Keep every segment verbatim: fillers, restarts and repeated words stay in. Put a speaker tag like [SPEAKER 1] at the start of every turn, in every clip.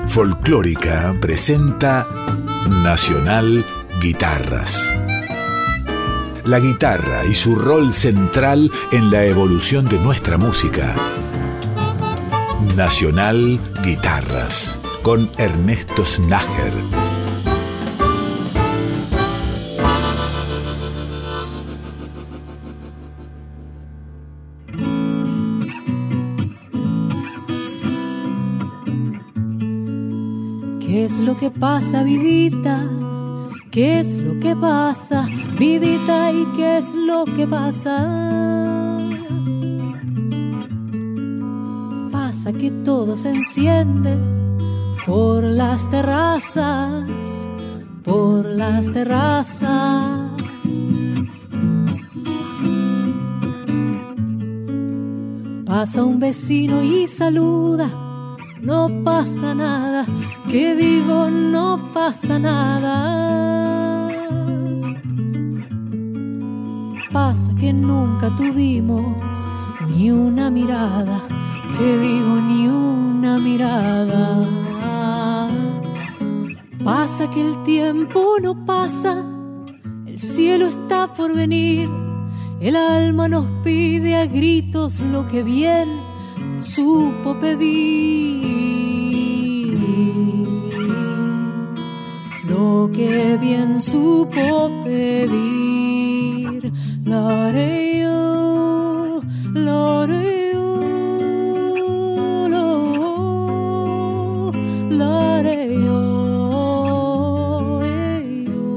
[SPEAKER 1] Folclórica presenta Nacional Guitarras. La guitarra y su rol central en la evolución de nuestra música. Nacional Guitarras, con Ernesto Snager.
[SPEAKER 2] ¿Qué es lo que pasa, vidita? ¿Qué es lo que pasa, vidita? ¿Y qué es lo que pasa? Pasa que todo se enciende por las terrazas, por las terrazas. Pasa un vecino y saluda. No pasa nada, que digo, no pasa nada. Pasa que nunca tuvimos ni una mirada, que digo, ni una mirada. Pasa que el tiempo no pasa, el cielo está por venir, el alma nos pide a gritos lo que bien supo pedir. Lo que bien supo pedir. La haré yo, la haré yo, lo, la haré yo, eh, yo.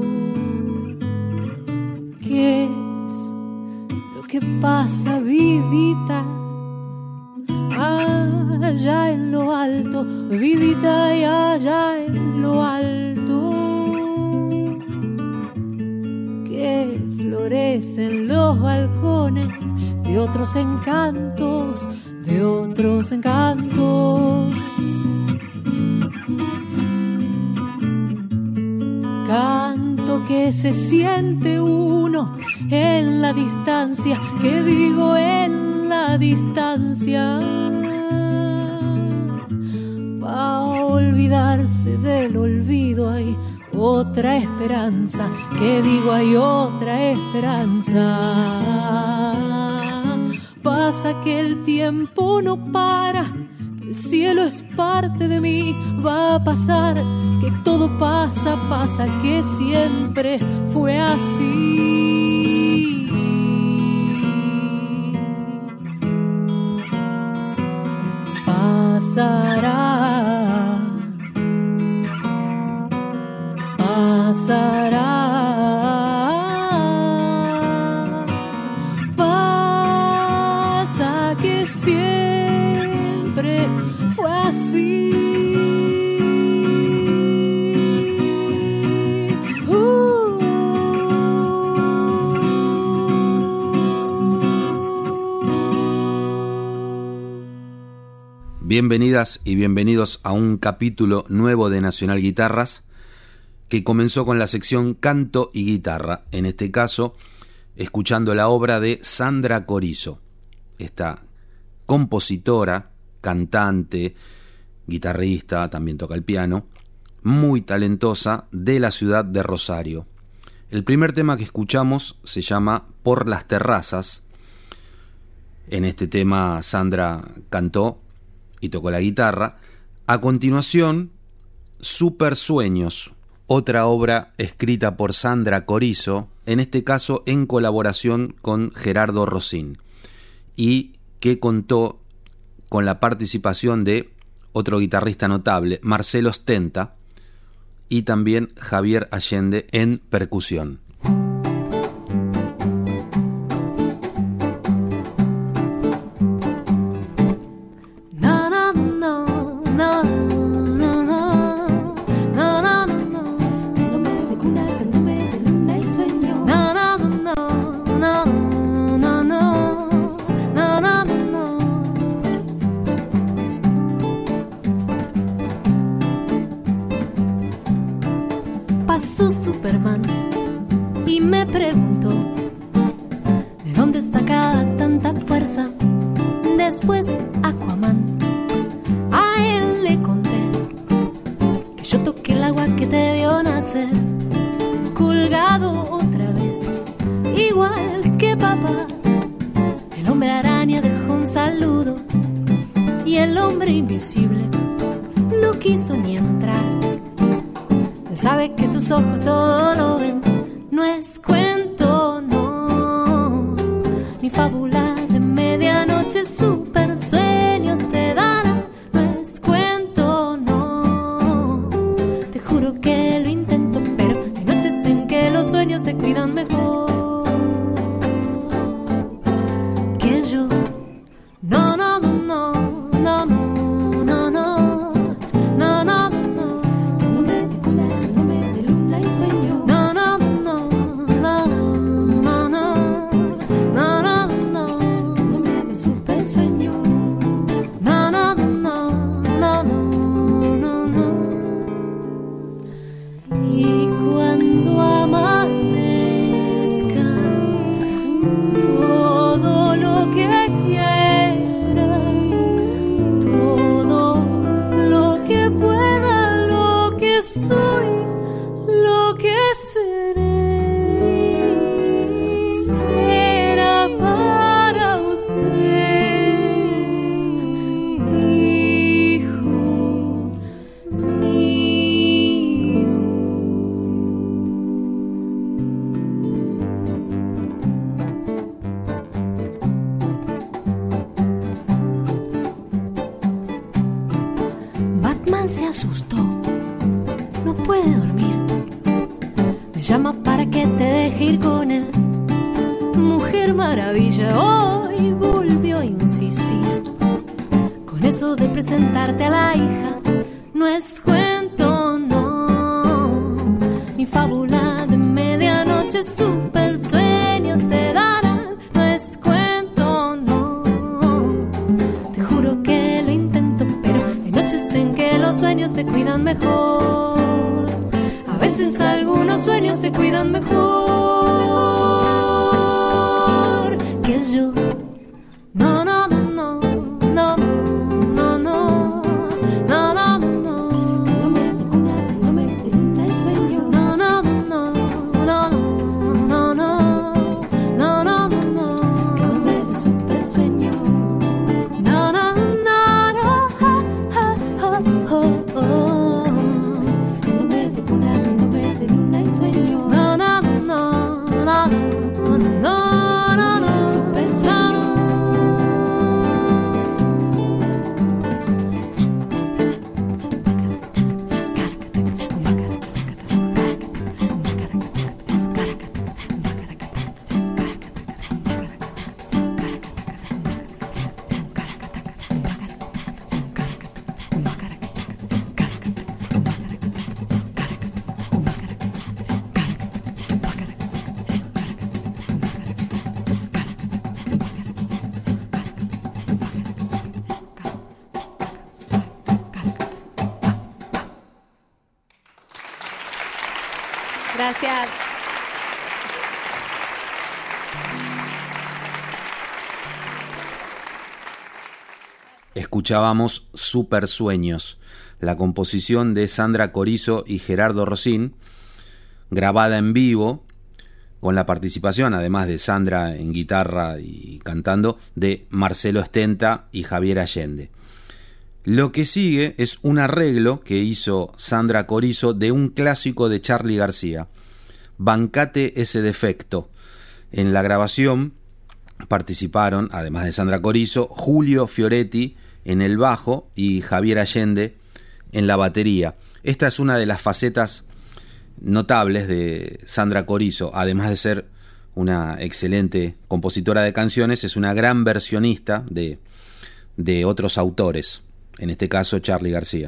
[SPEAKER 2] ¿Qué es lo que pasa, vidita? Allá en lo alto, vidita, y allá en lo alto, que florecen los balcones de otros encantos, de otros encantos. Canto que se siente uno en la distancia, que digo en la distancia. A olvidarse del olvido hay otra esperanza, que digo, hay otra esperanza. Pasa que el tiempo no para, el cielo es parte de mí, va a pasar, que todo pasa, pasa, que siempre fue así. Pasará, pasará, pasa que siempre fue así. Uh.
[SPEAKER 3] Bienvenidas y bienvenidos a un capítulo nuevo de Nacional Guitarras, que comenzó con la sección Canto y Guitarra, en este caso escuchando la obra de Sandra Corizo, esta compositora, cantante, guitarrista, también toca el piano, muy talentosa, de la ciudad de Rosario. El primer tema que escuchamos se llama Por las terrazas. En este tema Sandra cantó y tocó la guitarra. A continuación, Super Sueños, otra obra escrita por Sandra Corizo, en este caso en colaboración con Gerardo Rossín, y que contó con la participación de otro guitarrista notable, Marcelo Stenta, y también Javier Allende en percusión.
[SPEAKER 2] Pasó Superman y me preguntó: ¿de dónde sacas tanta fuerza? Después Aquaman, a él le conté y el hombre invisible no quiso ni entrar. Él sabe que tus ojos todo lo ven, no es cuento, no, ni fábula de medianoche, super sueños te darán, no es cuento, no, te juro que lo intento, pero hay noches en que los sueños te cuidan mejor que yo. No, no, no, no, no, no, no, no, no, no, no, no me de luna, no me de luna y sueño. No, no, no, no, no, no, no, no, no, no me de super sueño. No, no, no, no, no, no, no. Y cuando amanezca, todo lo que quieras, todo lo que pueda, lo que soy, lo que seré, será para usted, hijo mío. Batman se asustó, no puede dormir. Me llama para que te deje ir con él. Mujer Maravilla hoy volvió a insistir con eso de presentarte a la hija. No es cuento, no, ni fábula de medianoche, super sueños te darán. No es cuento, no, te juro que lo intento, pero hay noches en que los sueños te cuidan mejor. A veces algunos sueños te cuidan mejor que yo. No, no, no, no, no, no, no, no, no, no, no me de luna, no me de luna y sueño. No, no, no, no, no, no, no, no, no, no, no me de super sueño. No, no, no, no, oh, oh, oh, oh. No me de luna, no me de luna y sueño. No, no, no, no, no, no, no, no, no, super sueño. Gracias.
[SPEAKER 3] Escuchábamos Super Sueños, la composición de Sandra Corizo y Gerardo Rosín, grabada en vivo, con la participación, además de Sandra en guitarra y cantando, de Marcelo Estenta y Javier Allende. Lo que sigue es un arreglo que hizo Sandra Corizo de un clásico de Charly García, Bancate ese defecto. En la grabación participaron, además de Sandra Corizo, Julio Fioretti en el bajo y Javier Allende en la batería. Esta es una de las facetas notables de Sandra Corizo. Además de ser una excelente compositora de canciones, es una gran versionista de, de otros autores, en este caso Charly García.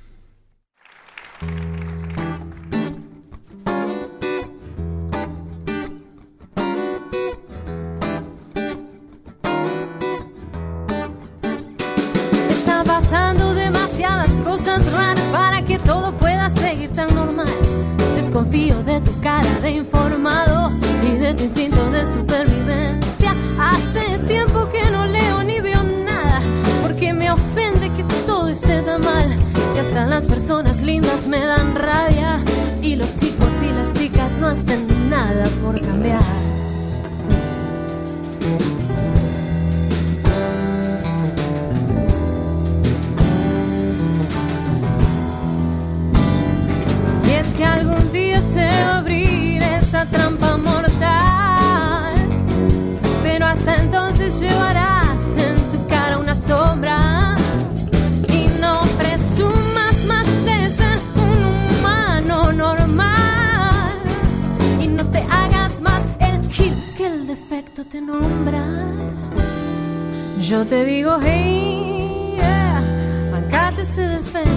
[SPEAKER 2] Está pasando demasiadas cosas raras para que todo pueda seguir tan normal. Desconfío de tu cara de informado y de tu instinto de supervivencia. Hace tiempo que no leo ni veo nada, porque me ofende que todo esté tan mal. Y hasta las personas lindas me dan rabia, y los chicos y las chicas no hacen nada por cambiar. Yo te digo, hey, yeah, bancate ese defecto.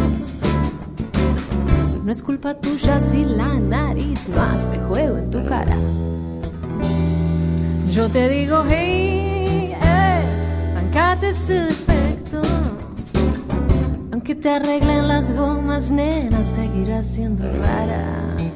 [SPEAKER 2] No es culpa tuya si la nariz no hace juego en tu cara. Yo te digo, hey, hey, bancate ese defecto. Aunque te arreglen las gomas, nena, seguirás siendo rara.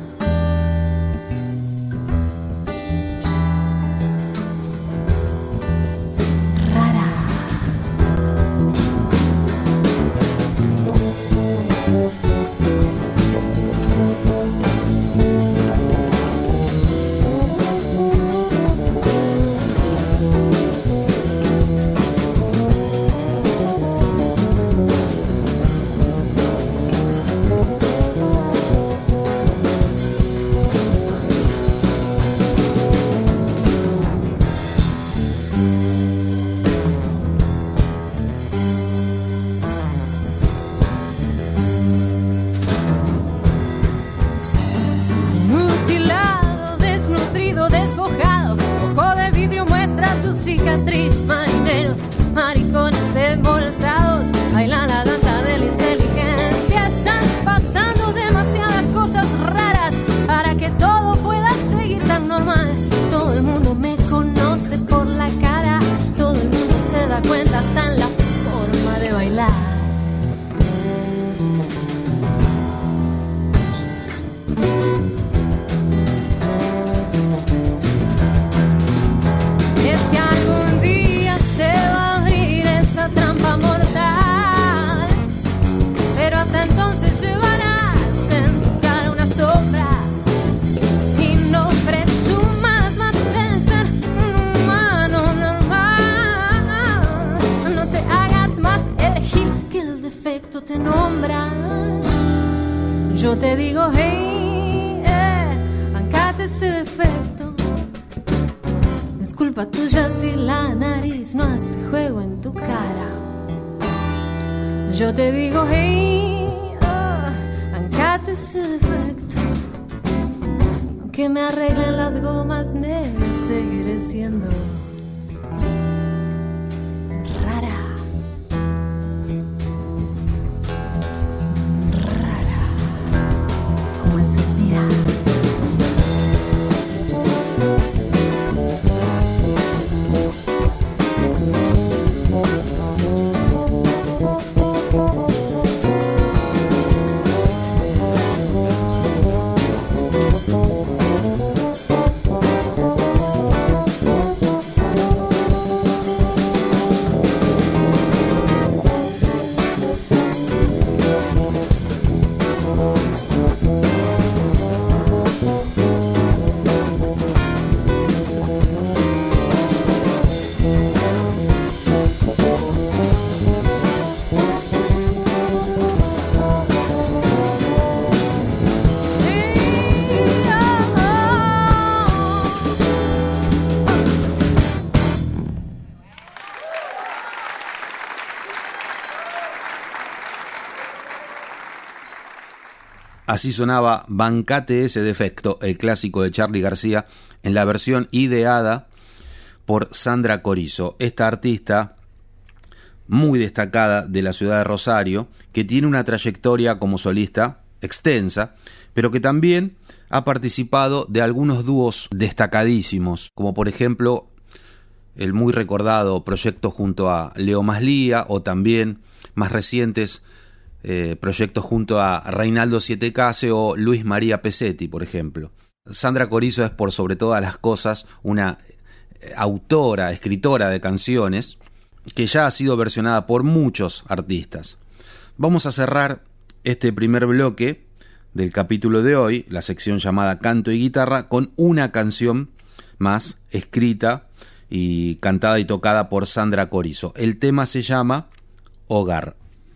[SPEAKER 4] Cicatriz, marineros, maricones embolsados, bailan la danza de la inteligencia. Están pasando demasiadas cosas raras para que todo pueda seguir tan normal. Todo el mundo me conoce por la cara, todo el mundo se da cuenta hasta en la forma de bailar. Entonces llevarás en tu cara una sombra y no presumas más de ser un humano normal. No te hagas más el gil que el defecto te nombras. Yo te digo, hey, eh, bancate ese defecto. No es culpa tuya si la nariz no hace juego en tu cara. Yo te digo, hey, bancate ese defecto. Aunque me arreglen las gomas, nena, seguiré siendo rara. Rara. Como encendida.
[SPEAKER 3] Así sonaba Bancate ese defecto, el clásico de Charly García, en la versión ideada por Sandra Corizo, esta artista muy destacada de la ciudad de Rosario, que tiene una trayectoria como solista extensa, pero que también ha participado de algunos dúos destacadísimos, como por ejemplo el muy recordado proyecto junto a Leo Maslía, o también más recientes Eh, proyectos junto a Reinaldo Sietecase o Luis María Pesetti, por ejemplo. Sandra Corizo es por sobre todas las cosas una autora, escritora de canciones que ya ha sido versionada por muchos artistas. Vamos a cerrar este primer bloque del capítulo de hoy, la sección llamada Canto y Guitarra, con una canción más escrita y cantada y tocada por Sandra Corizo. El tema se llama Hogar.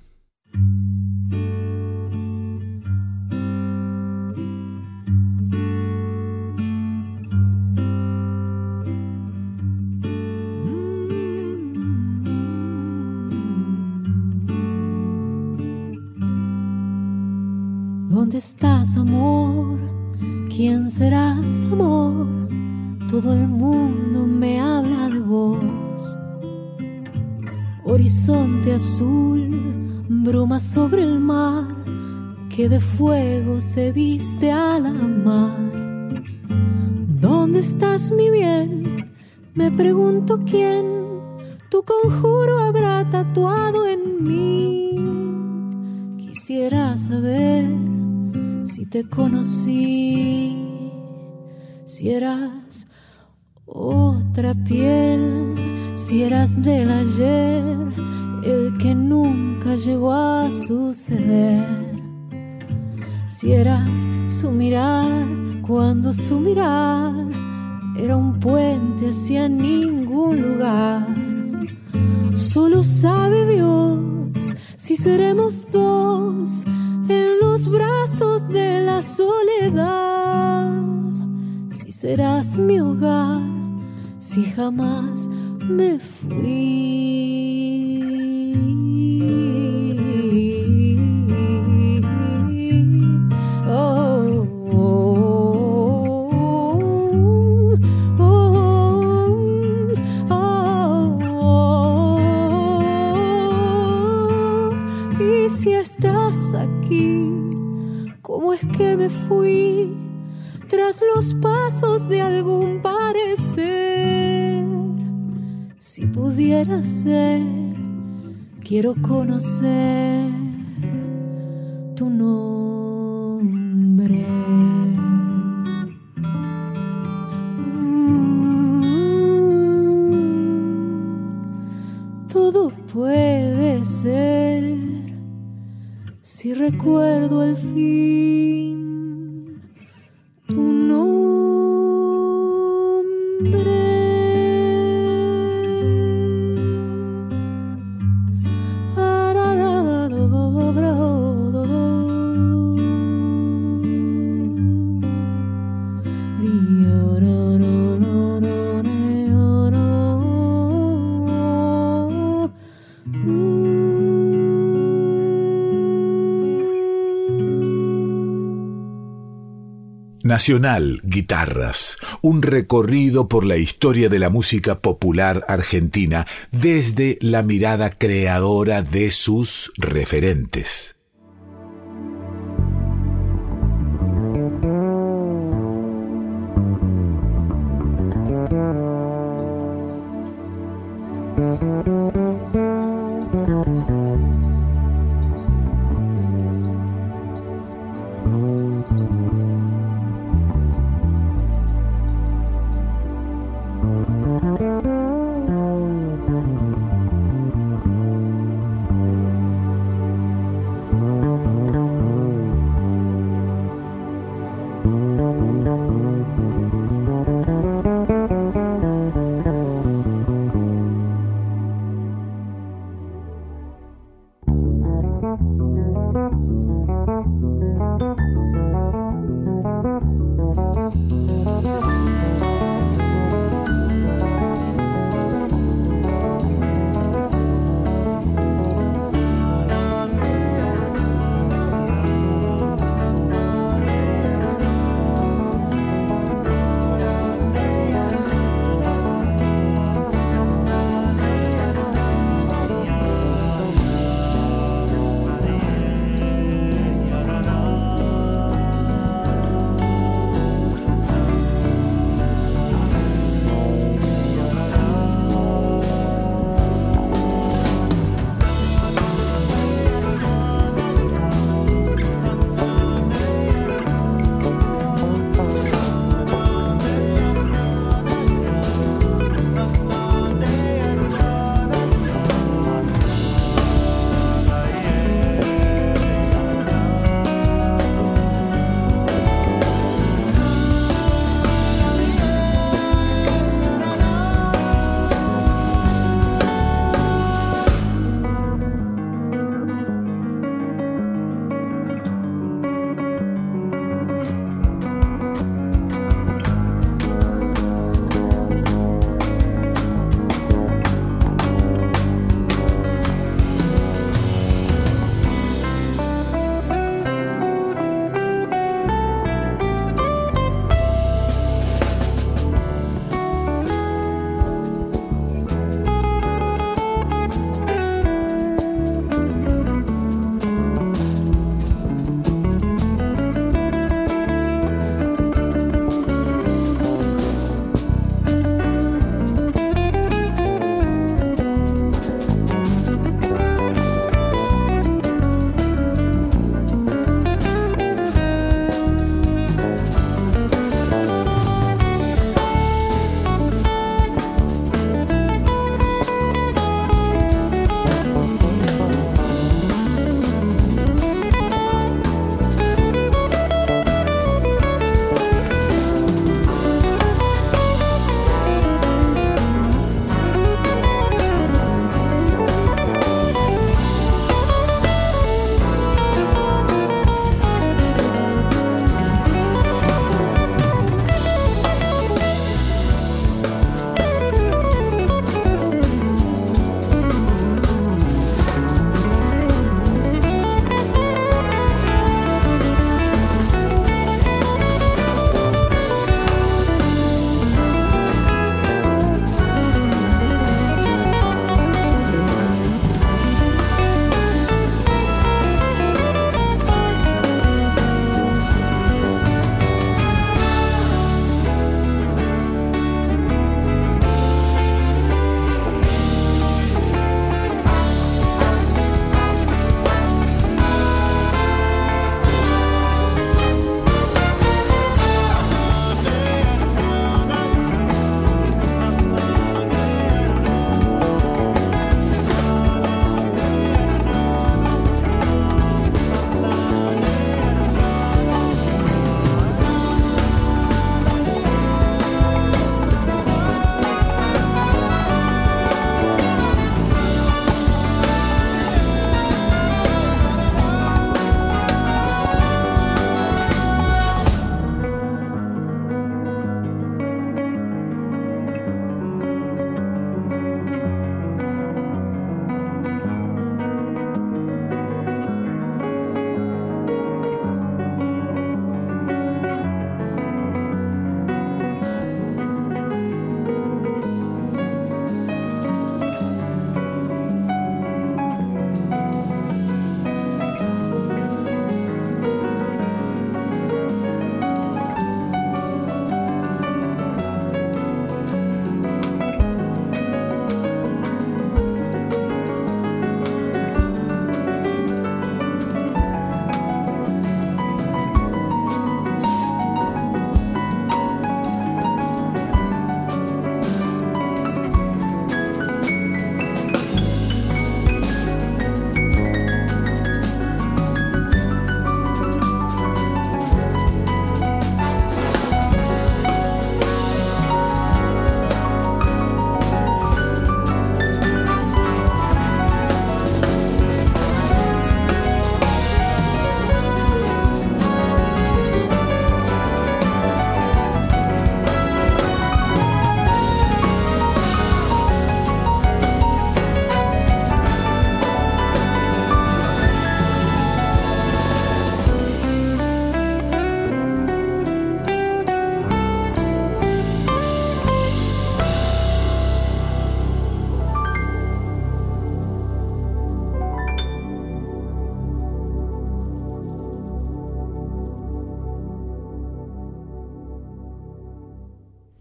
[SPEAKER 2] ¿Dónde estás, amor? ¿Quién serás, amor? Todo el mundo me habla de vos. horizonte azul, bruma sobre el mar, que de fuego se viste al amar. ¿Dónde estás, mi bien? Me pregunto quién tu conjuro habrá tatuado en mí. Quisiera saber si te conocí, si eras otra piel, si eras del ayer, el que nunca llegó a suceder. Si eras su mirar, cuando su mirar era un puente hacia ningún lugar. Solo sabe Dios si seremos dos en los brazos de la soledad. Si serás mi hogar, si jamás me fui. Oh, oh, oh, oh, oh. Y si estás aquí, ¿cómo es que me fui tras los pasos de algún parecer? Si pudiera ser, quiero conocer tu nombre. Mm, todo puede ser si recuerdo al fin tu nombre.
[SPEAKER 1] Nacional Guitarras, un recorrido por la historia de la música popular argentina desde la mirada creadora de sus referentes.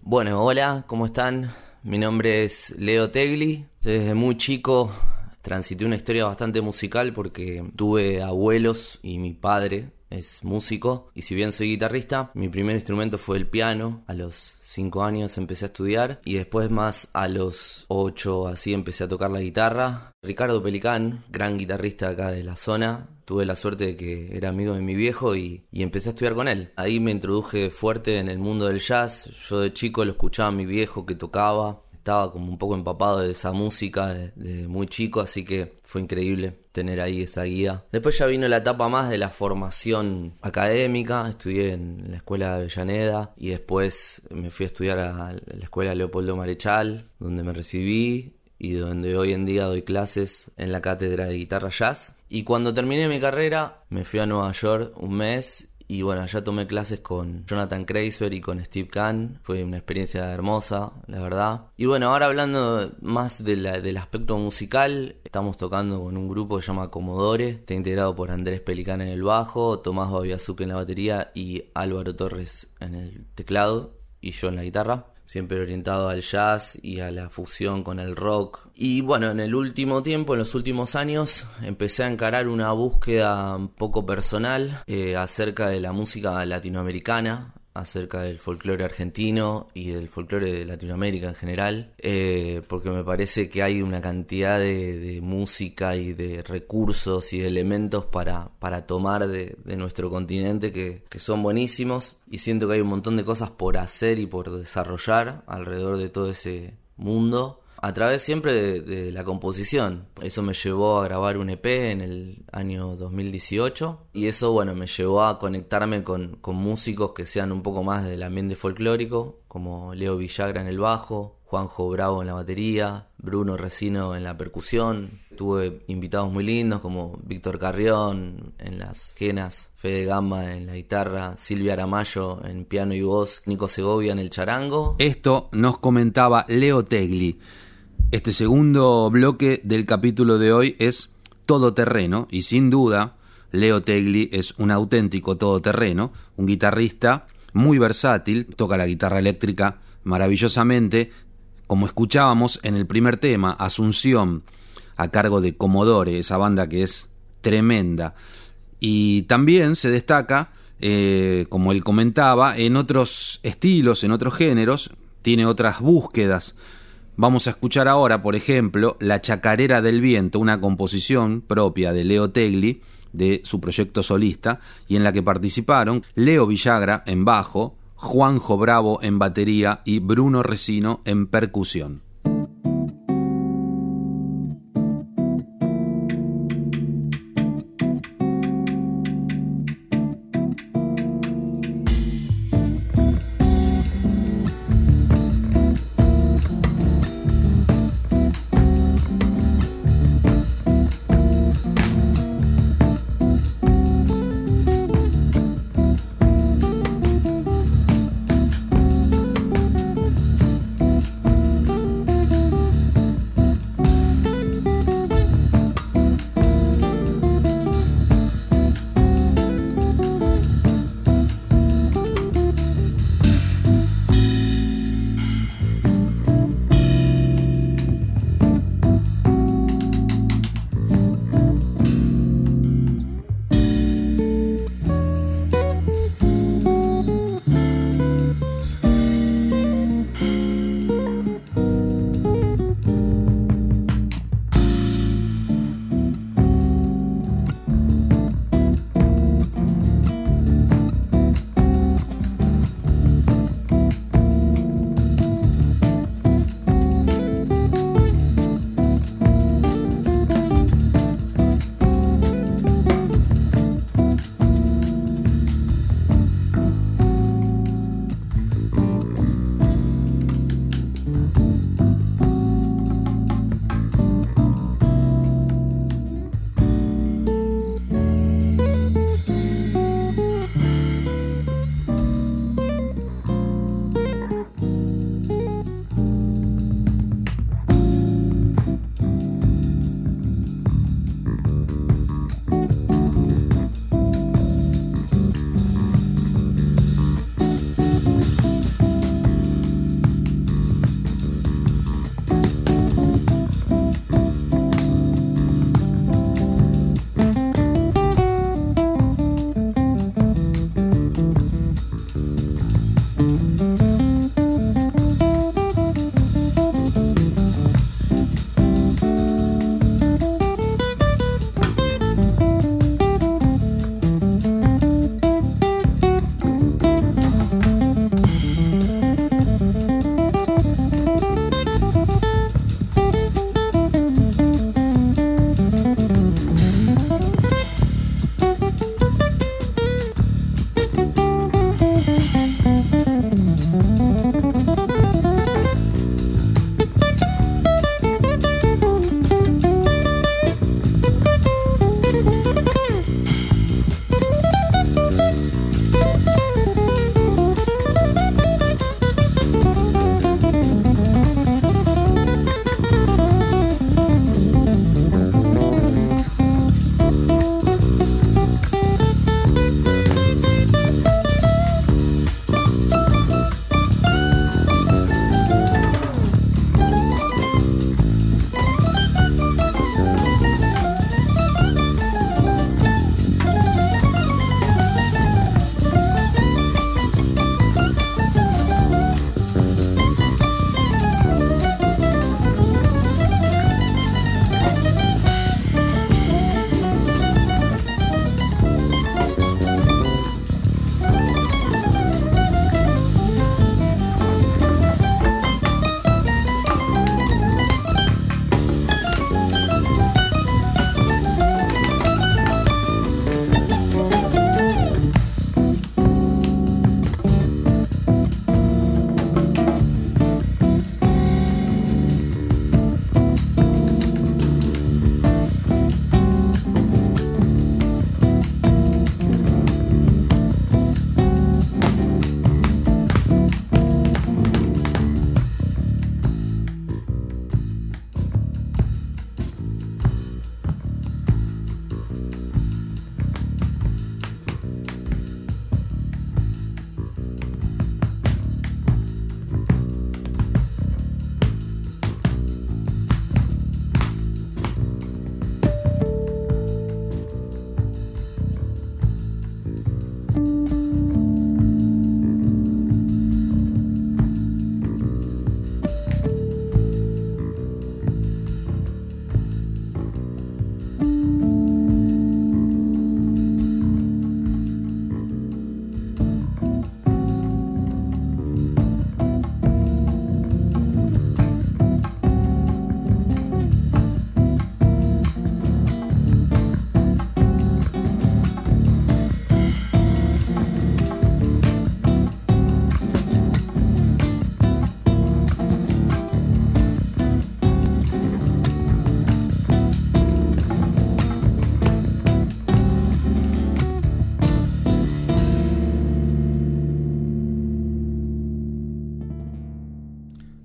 [SPEAKER 5] Bueno, hola, ¿cómo están? Mi nombre es Leo Tegli. Desde muy chico transité una historia bastante musical porque tuve abuelos y mi padre es músico. Y si bien soy guitarrista, mi primer instrumento fue el piano. A los cinco años empecé a estudiar y después más a los ocho así empecé a tocar la guitarra. Ricardo Pelicán, gran guitarrista acá de la zona. Tuve la suerte de que era amigo de mi viejo y, y empecé a estudiar con él. Ahí me introduje fuerte en el mundo del jazz. Yo de chico lo escuchaba a mi viejo que tocaba. Estaba como un poco empapado de esa música de, de muy chico, así que fue increíble tener ahí esa guía. Después ya vino la etapa más de la formación académica. Estudié en la escuela de Avellaneda y después me fui a estudiar a la escuela Leopoldo Marechal, donde me recibí y donde hoy en día doy clases en la cátedra de guitarra jazz. Y cuando terminé mi carrera me fui a Nueva York un mes y bueno, allá tomé clases con Jonathan Kreisberg y con Steve Kahn. Fue una experiencia hermosa, la verdad. Y bueno, ahora hablando más de la, del aspecto musical, estamos tocando con un grupo que se llama Comodore. Está integrado por Andrés Pelicán en el bajo, Tomás Babiazuk en la batería y Álvaro Torres en el teclado y yo en la guitarra. Siempre orientado al jazz y a la fusión con el rock. Y bueno, en el último tiempo, en los últimos años, empecé a encarar una búsqueda un poco personal eh, acerca de la música latinoamericana, acerca del folclore argentino y del folclore de Latinoamérica en general, eh, porque me parece que hay una cantidad de, de música y de recursos y de elementos para, para tomar de, de nuestro continente que, que son buenísimos, y siento que hay un montón de cosas por hacer y por desarrollar alrededor de todo ese mundo, a través siempre de, de la composición. Eso me llevó a grabar un E P en el año dos mil dieciocho y eso, bueno, me llevó a conectarme con, con músicos que sean un poco más del ambiente folclórico, como Leo Villagra en el bajo, Juanjo Bravo en la batería, Bruno Resino en la percusión. Tuve invitados muy lindos como Víctor Carrión en las quenas, Fede Gamba en la guitarra, Silvia Aramayo en piano y voz, Nico Segovia en el charango.
[SPEAKER 3] Esto nos comentaba Leo Tegli. Este segundo bloque del capítulo de hoy es todoterreno y sin duda Leo Tegli es un auténtico todoterreno, un guitarrista muy versátil, toca la guitarra eléctrica maravillosamente, como escuchábamos en el primer tema, Asunción, a cargo de Comodore, esa banda que es tremenda. Y también se destaca, eh, como él comentaba, en otros estilos, en otros géneros, tiene otras búsquedas. Vamos a escuchar ahora, por ejemplo, La Chacarera del Viento, una composición propia de Leo Tegli, de su proyecto solista, y en la que participaron Leo Villagra en bajo, Juanjo Bravo en batería y Bruno Resino en percusión.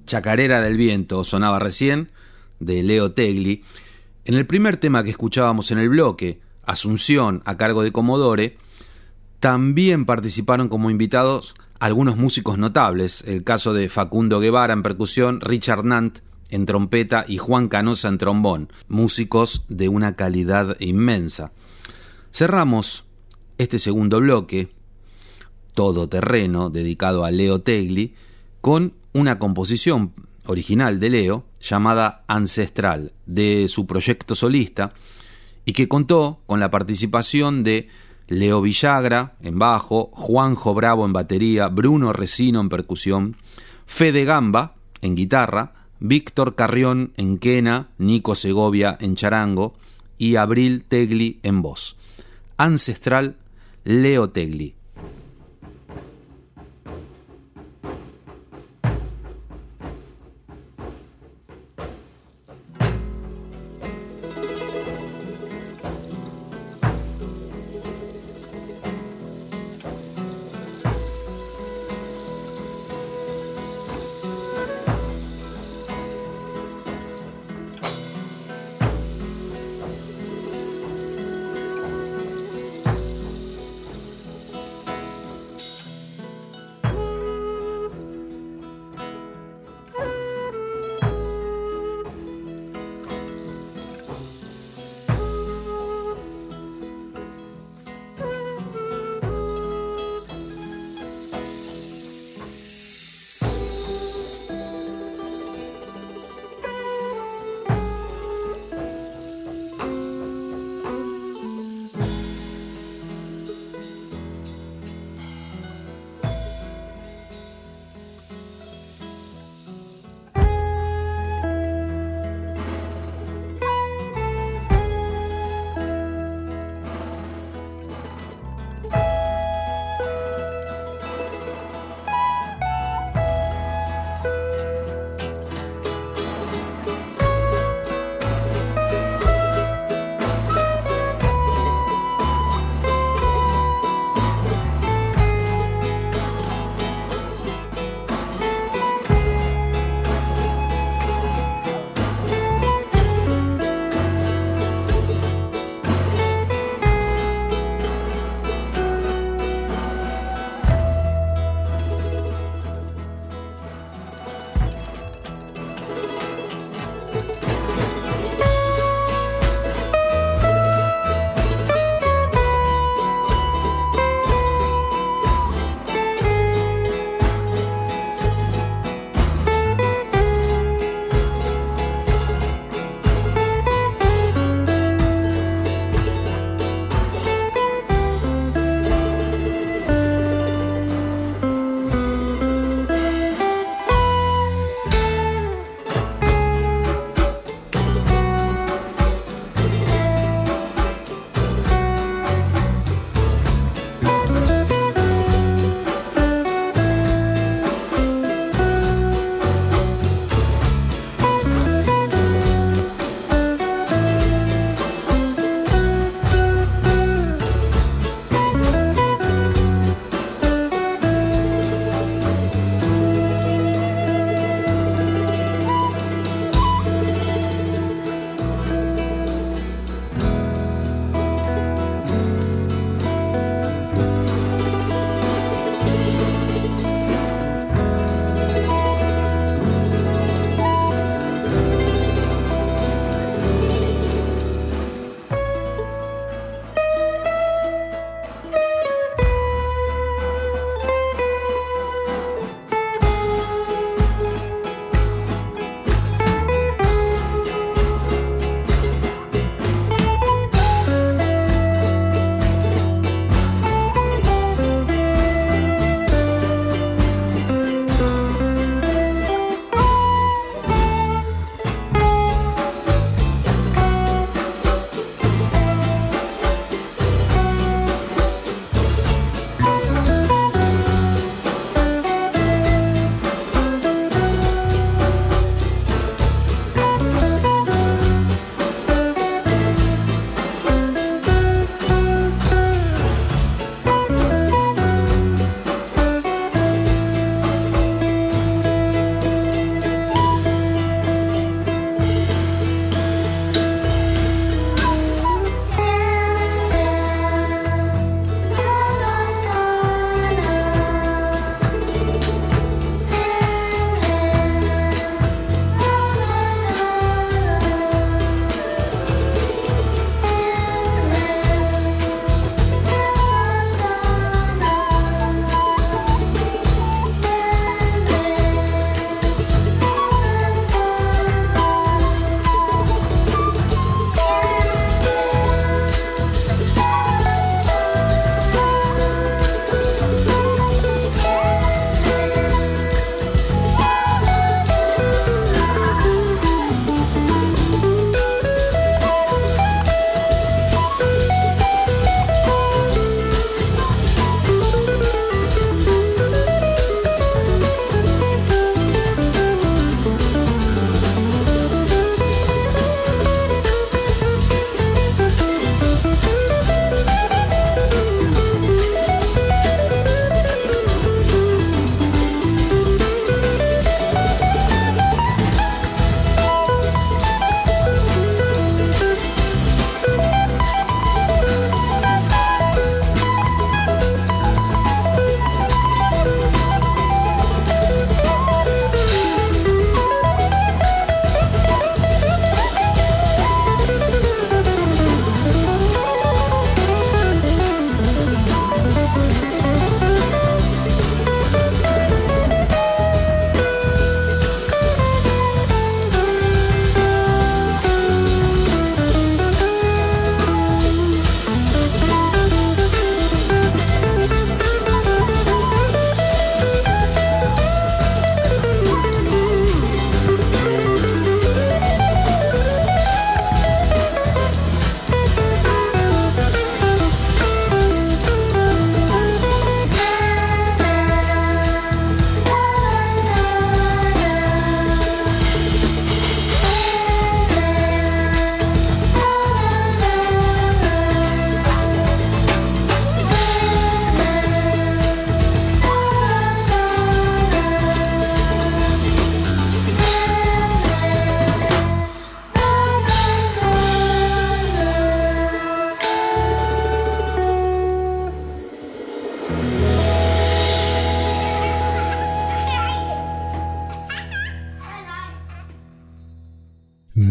[SPEAKER 3] Chacarera del Viento sonaba recién, de Leo Tegli. En el primer tema que escuchábamos en el bloque, Asunción, a cargo de Commodore, también participaron como invitados algunos músicos notables, el caso de Facundo Guevara en percusión, Richard Nant en trompeta y Juan Canosa en trombón, músicos de una calidad inmensa. Cerramos este segundo bloque, todoterreno, dedicado a Leo Tegli, con una composición original de Leo llamada Ancestral, de su proyecto solista, y que contó con la participación de Leo Villagra en bajo, Juanjo Bravo en batería, Bruno Resino en percusión, Fede Gamba en guitarra, Víctor Carrión en quena, Nico Segovia en charango y Abril Tegli en voz. Ancestral, Leo Tegli.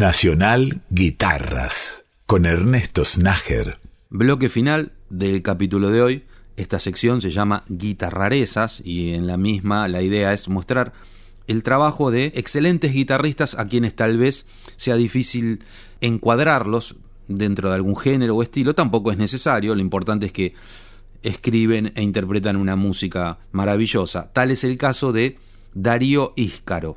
[SPEAKER 1] Nacional Guitarras, con Ernesto Snager.
[SPEAKER 3] Bloque final del capítulo de hoy. Esta sección se llama Guitarrarezas y en la misma la idea es mostrar el trabajo de excelentes guitarristas a quienes tal vez sea difícil encuadrarlos dentro de algún género o estilo. Tampoco es necesario, lo importante es que escriben e interpretan una música maravillosa. Tal es el caso de Darío Íscaro.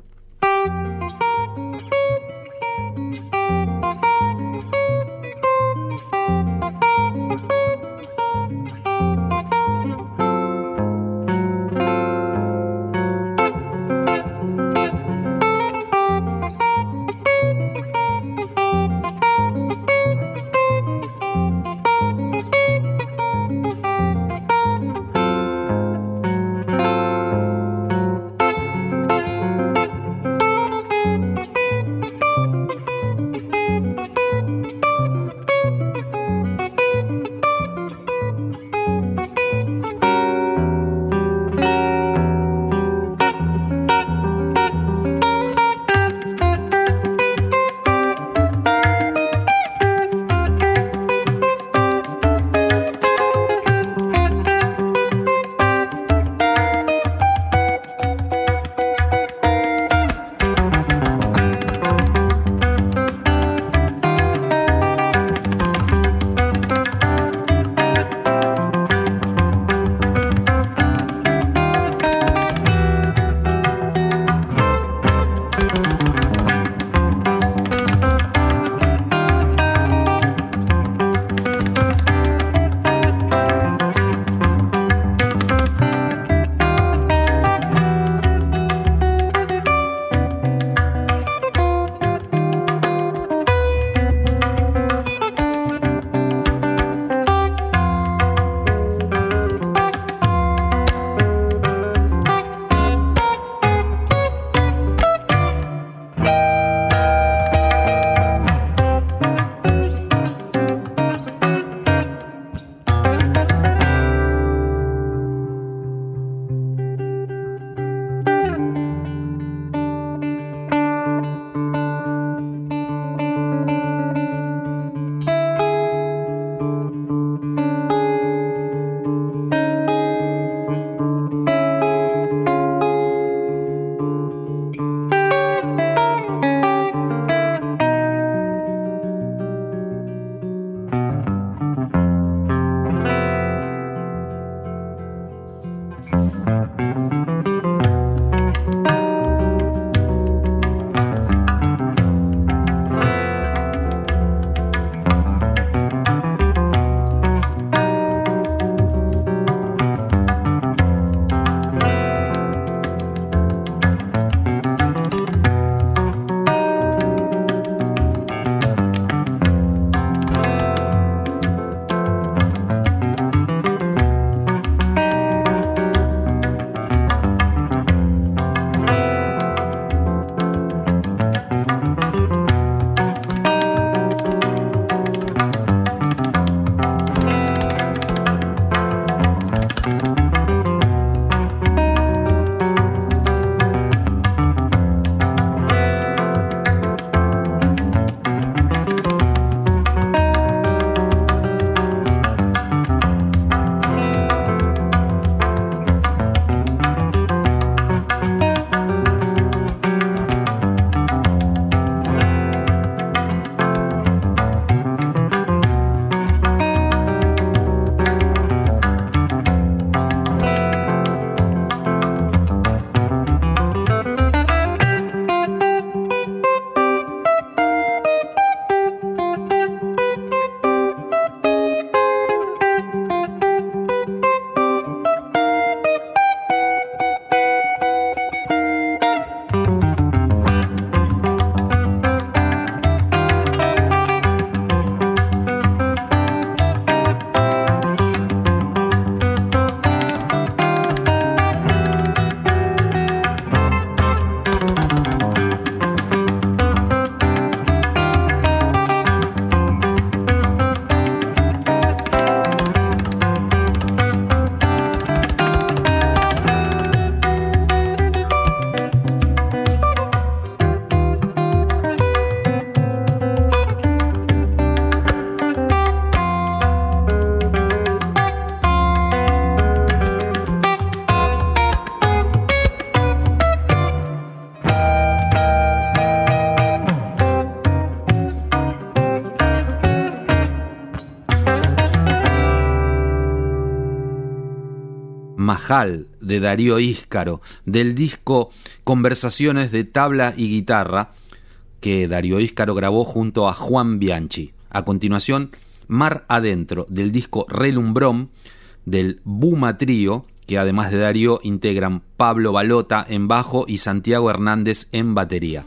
[SPEAKER 3] Mahal de Darío Íscaro, del disco Conversaciones de tabla y guitarra, que Darío Íscaro grabó junto a Juan Bianchi. A continuación, Mar Adentro, del disco Relumbrón, del Buma Trío, que además de Darío integran Pablo Balota en bajo y Santiago Hernández en batería.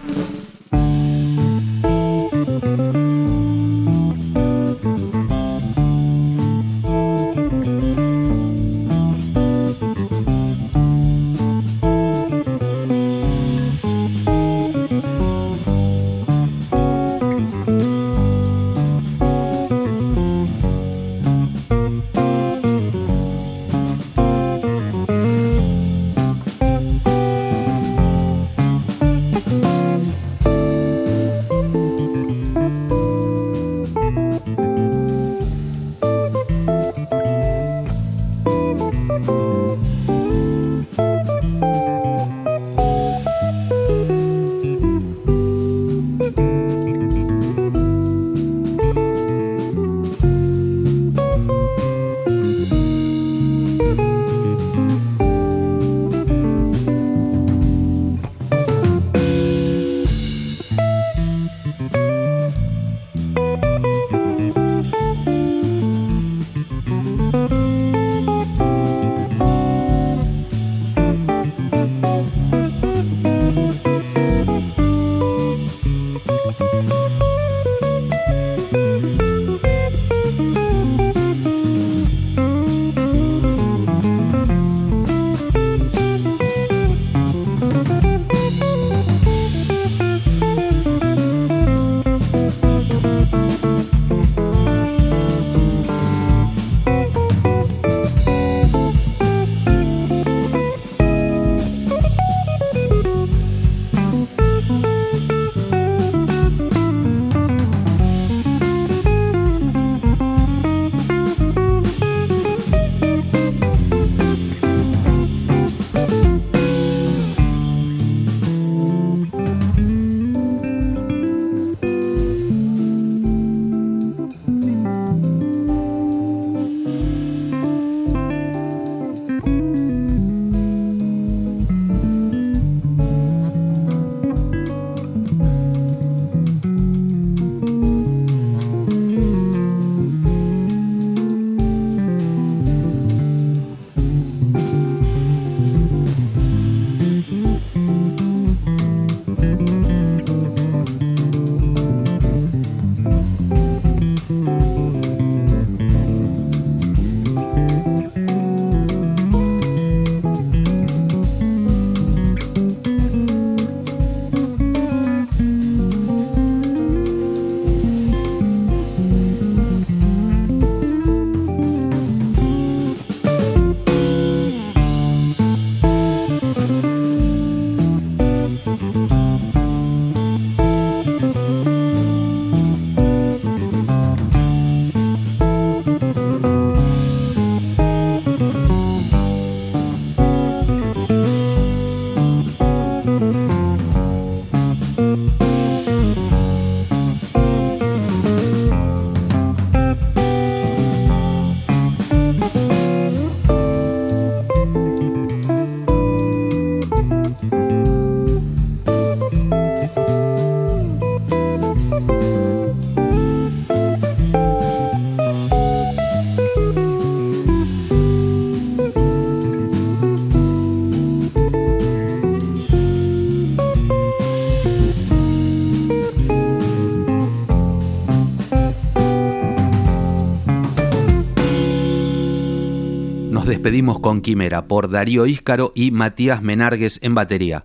[SPEAKER 6] Despedimos con Quimera por Darío Íscaro y Matías Menargues en batería.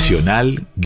[SPEAKER 1] Nacional